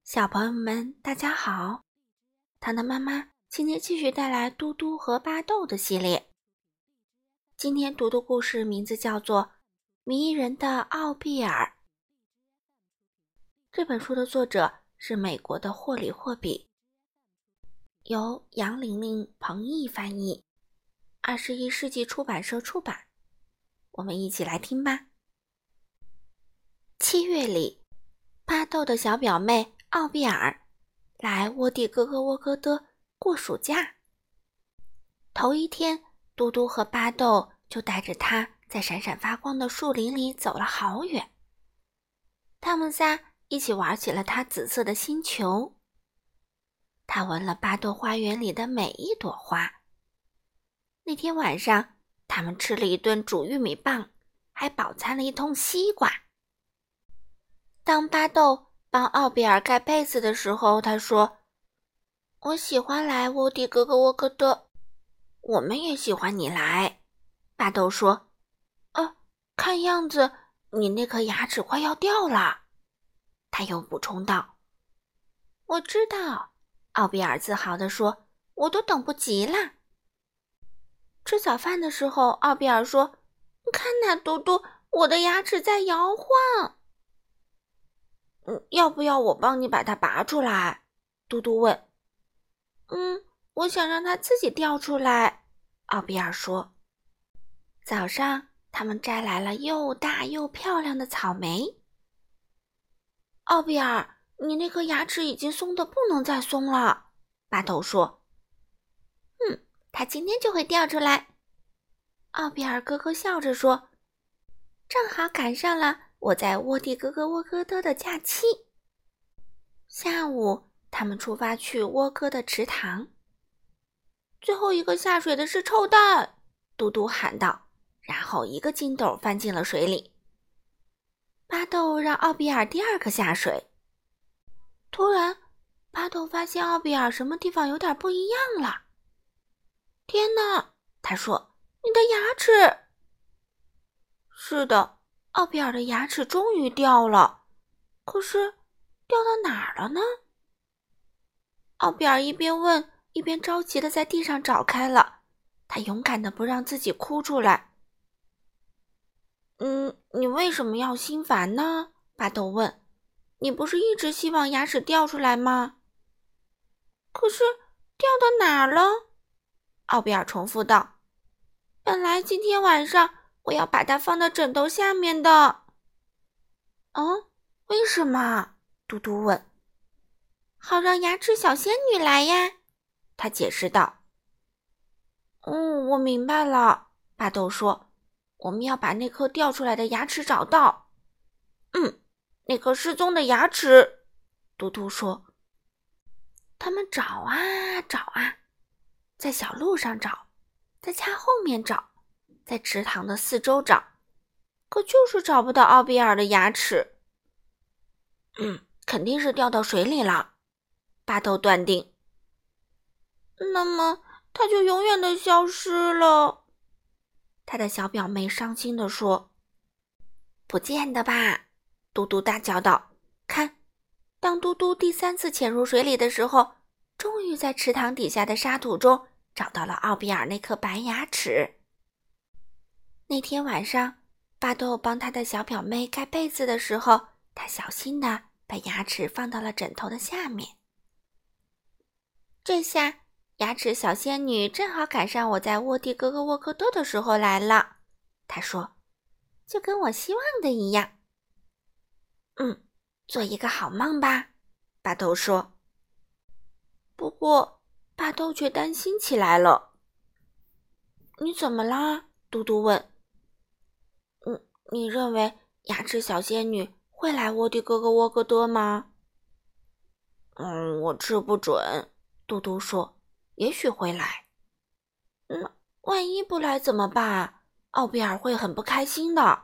小朋友们，大家好！糖糖妈妈今天继续带来嘟嘟和巴豆的系列。今天读的故事名字叫做《迷人的奥比尔》。这本书的作者是美国的霍里·霍比，由杨玲玲、彭毅翻译，21世纪出版社出版。我们一起来听吧。7月里，巴豆的小表妹奥比尔来沃蒂格格沃戈德过暑假。头一天，嘟嘟和巴豆就带着他在闪闪发光的树林里走了好远。他们仨一起玩起了他紫色的星球。他闻了巴豆花园里的每一朵花。那天晚上，他们吃了一顿煮玉米棒，还饱餐了一通西瓜。当巴豆帮奥比尔盖被子的时候，他说：“我喜欢来沃蒂格格沃戈德。”我们也喜欢你来，巴豆说。看样子你那颗牙齿快要掉了，他又补充道。我知道，奥比尔自豪地说，我都等不及了。吃早饭的时候，奥比尔说：“看哪，嘟嘟，我的牙齿在摇晃。”要不要我帮你把它拔出来？嘟嘟问。我想让它自己掉出来，奥比尔说。早上，他们摘来了又大又漂亮的草莓。奥比尔，你那颗牙齿已经松得不能再松了，巴豆说。它今天就会掉出来。奥比尔咯咯笑着说，正好赶上了我在沃蒂格格沃戈德的假期。下午，他们出发去沃戈的池塘。最后一个下水的是臭蛋，嘟嘟喊道，然后一个筋斗翻进了水里。巴豆让奥比尔第二个下水。突然，巴豆发现奥比尔什么地方有点不一样了。天哪，他说，你的牙齿！是的，奥比尔的牙齿终于掉了，可是掉到哪儿了呢？奥比尔一边问，一边着急地在地上找开了。他勇敢地不让自己哭出来。你为什么要心烦呢？巴豆问。你不是一直希望牙齿掉出来吗？可是掉到哪儿了？奥比尔重复道。本来今天晚上我要把它放到枕头下面的。为什么？嘟嘟问。好让牙齿小仙女来呀，他解释道。我明白了，巴豆说。我们要把那颗掉出来的牙齿找到。那颗失踪的牙齿，嘟嘟说。他们找啊找啊，在小路上找，在家后面找，在池塘的四周找，可就是找不到奥比尔的牙齿。肯定是掉到水里了，巴豆断定。那么它就永远的消失了，他的小表妹伤心地说。不见得吧，嘟嘟大叫道。看，当嘟嘟第3次潜入水里的时候，终于在池塘底下的沙土中找到了奥比尔那颗白牙齿。那天晚上，巴豆帮他的小表妹盖被子的时候，他小心地把牙齿放到了枕头的下面。这下，牙齿小仙女正好赶上我在沃蒂格格沃戈多的时候来了，她说，就跟我希望的一样。做一个好梦吧，巴豆说。不过，巴豆却担心起来了。你怎么啦？嘟嘟问。你认为牙齿小仙女会来沃蒂格格沃戈多吗？我吃不准，嘟嘟说。也许会来。万一不来怎么办？奥比尔会很不开心的。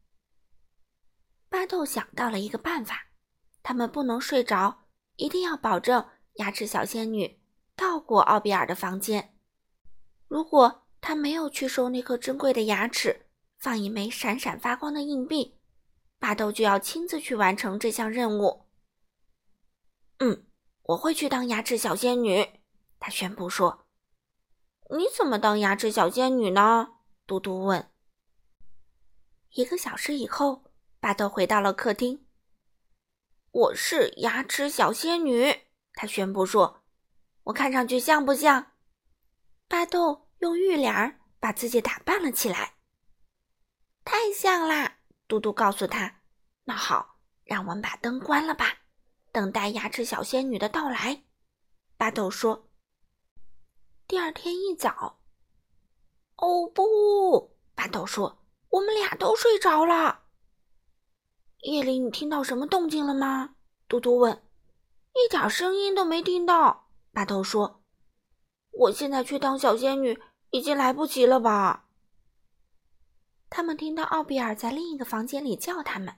巴豆想到了一个办法，他们不能睡着，一定要保证牙齿小仙女到过奥比尔的房间。如果她没有去收那颗珍贵的牙齿，放一枚闪闪发光的硬币，巴豆就要亲自去完成这项任务。 我会去当牙齿小仙女，她宣布说。你怎么当牙齿小仙女呢？嘟嘟问。1个小时以后，巴豆回到了客厅。我是牙齿小仙女，她宣布说。我看上去像不像？巴豆用浴帘把自己打扮了起来。太像啦，嘟嘟告诉他。那好，让我们把灯关了吧，等待牙齿小仙女的到来。巴豆说。第二天一早，哦不，巴豆说，我们俩都睡着了。夜里你听到什么动静了吗？嘟嘟问。一点声音都没听到，巴豆说。我现在去当小仙女已经来不及了吧？他们听到奥比尔在另一个房间里叫他们。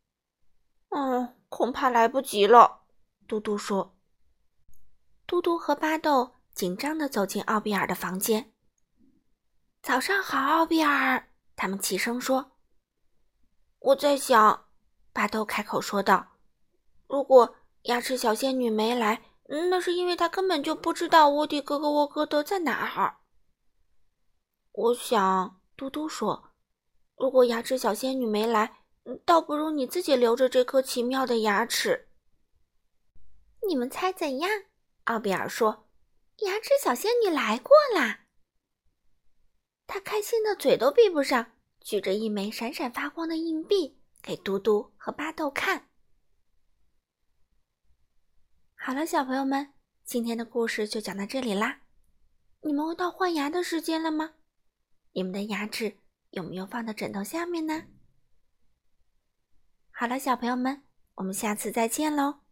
恐怕来不及了，嘟嘟说。嘟嘟和巴豆紧张地走进奥比尔的房间。早上好，奥比尔，他们齐声说。我在想，巴豆开口说道，如果牙齿小仙女没来，那是因为她根本就不知道沃迪格格沃戈德在哪儿。我想，嘟嘟说，如果牙齿小仙女没来，倒不如你自己留着这颗奇妙的牙齿。你们猜怎样？奥比尔说，牙齿小仙女来过啦。他开心的嘴都闭不上，举着一枚闪闪发光的硬币给嘟嘟和巴豆看。好了，小朋友们，今天的故事就讲到这里啦。你们又到换牙的时间了吗？你们的牙齿有没有放到枕头下面呢？好了，小朋友们，我们下次再见喽。